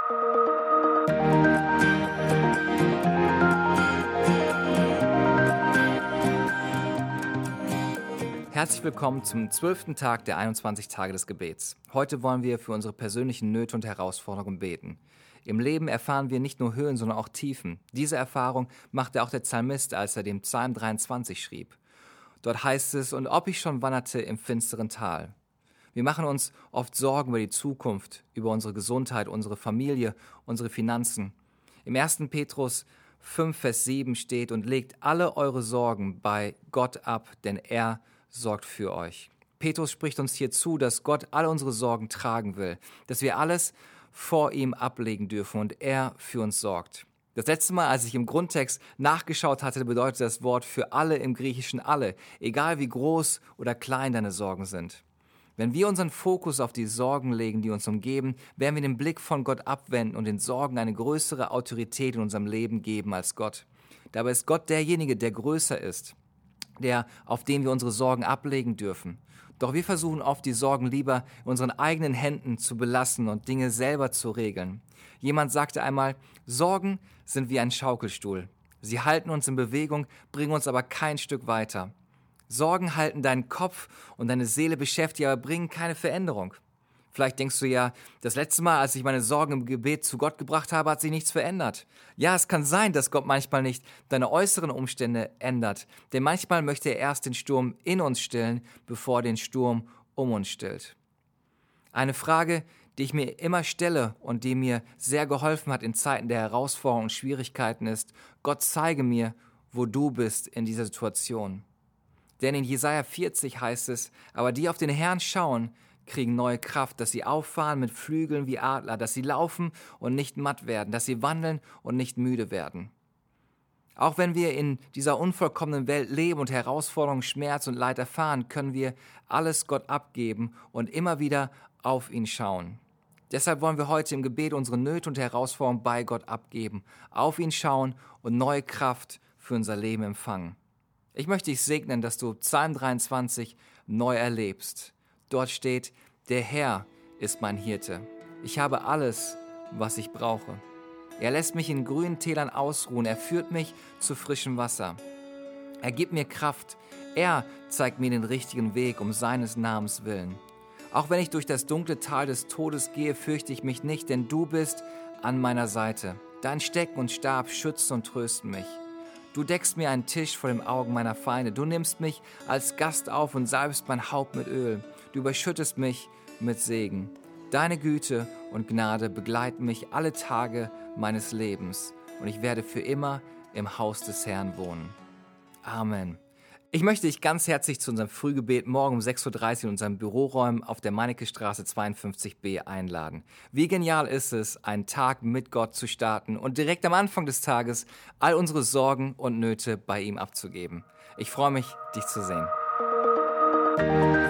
Herzlich willkommen zum 12. Tag der 21 Tage des Gebets. Heute wollen wir für unsere persönlichen Nöte und Herausforderungen beten. Im Leben erfahren wir nicht nur Höhen, sondern auch Tiefen. Diese Erfahrung machte auch der Psalmist, als er den Psalm 23 schrieb. Dort heißt es: Und ob ich schon wanderte im finsteren Tal. Wir machen uns oft Sorgen über die Zukunft, über unsere Gesundheit, unsere Familie, unsere Finanzen. Im 1. Petrus 5, Vers 7 steht: Und legt alle eure Sorgen bei Gott ab, denn er sorgt für euch. Petrus spricht uns hier zu, dass Gott alle unsere Sorgen tragen will, dass wir alles vor ihm ablegen dürfen und er für uns sorgt. Das letzte Mal, als ich im Grundtext nachgeschaut hatte, bedeutet das Wort für alle im Griechischen alle, egal wie groß oder klein deine Sorgen sind. Wenn wir unseren Fokus auf die Sorgen legen, die uns umgeben, werden wir den Blick von Gott abwenden und den Sorgen eine größere Autorität in unserem Leben geben als Gott. Dabei ist Gott derjenige, der größer ist, auf den wir unsere Sorgen ablegen dürfen. Doch wir versuchen oft, die Sorgen lieber in unseren eigenen Händen zu belassen und Dinge selber zu regeln. Jemand sagte einmal: Sorgen sind wie ein Schaukelstuhl. Sie halten uns in Bewegung, bringen uns aber kein Stück weiter. Sorgen halten deinen Kopf und deine Seele beschäftigt, aber bringen keine Veränderung. Vielleicht denkst du ja, das letzte Mal, als ich meine Sorgen im Gebet zu Gott gebracht habe, hat sich nichts verändert. Ja, es kann sein, dass Gott manchmal nicht deine äußeren Umstände ändert, denn manchmal möchte er erst den Sturm in uns stillen, bevor er den Sturm um uns stillt. Eine Frage, die ich mir immer stelle und die mir sehr geholfen hat in Zeiten der Herausforderungen und Schwierigkeiten ist: Gott, zeige mir, wo du bist in dieser Situation. Denn in Jesaja 40 heißt es: Aber die auf den Herrn schauen, kriegen neue Kraft, dass sie auffahren mit Flügeln wie Adler, dass sie laufen und nicht matt werden, dass sie wandeln und nicht müde werden. Auch wenn wir in dieser unvollkommenen Welt leben und Herausforderungen, Schmerz und Leid erfahren, können wir alles Gott abgeben und immer wieder auf ihn schauen. Deshalb wollen wir heute im Gebet unsere Nöte und Herausforderungen bei Gott abgeben, auf ihn schauen und neue Kraft für unser Leben empfangen. Ich möchte dich segnen, dass du Psalm 23 neu erlebst. Dort steht: Der Herr ist mein Hirte. Ich habe alles, was ich brauche. Er lässt mich in grünen Tälern ausruhen. Er führt mich zu frischem Wasser. Er gibt mir Kraft. Er zeigt mir den richtigen Weg um seines Namens willen. Auch wenn ich durch das dunkle Tal des Todes gehe, fürchte ich mich nicht, denn du bist an meiner Seite. Dein Stecken und Stab schützen und trösten mich. Du deckst mir einen Tisch vor den Augen meiner Feinde. Du nimmst mich als Gast auf und salbst mein Haupt mit Öl. Du überschüttest mich mit Segen. Deine Güte und Gnade begleiten mich alle Tage meines Lebens. Und ich werde für immer im Haus des Herrn wohnen. Amen. Ich möchte dich ganz herzlich zu unserem Frühgebet morgen um 6:30 Uhr in unserem Büroräumen auf der Meinekestraße 52b einladen. Wie genial ist es, einen Tag mit Gott zu starten und direkt am Anfang des Tages all unsere Sorgen und Nöte bei ihm abzugeben. Ich freue mich, dich zu sehen.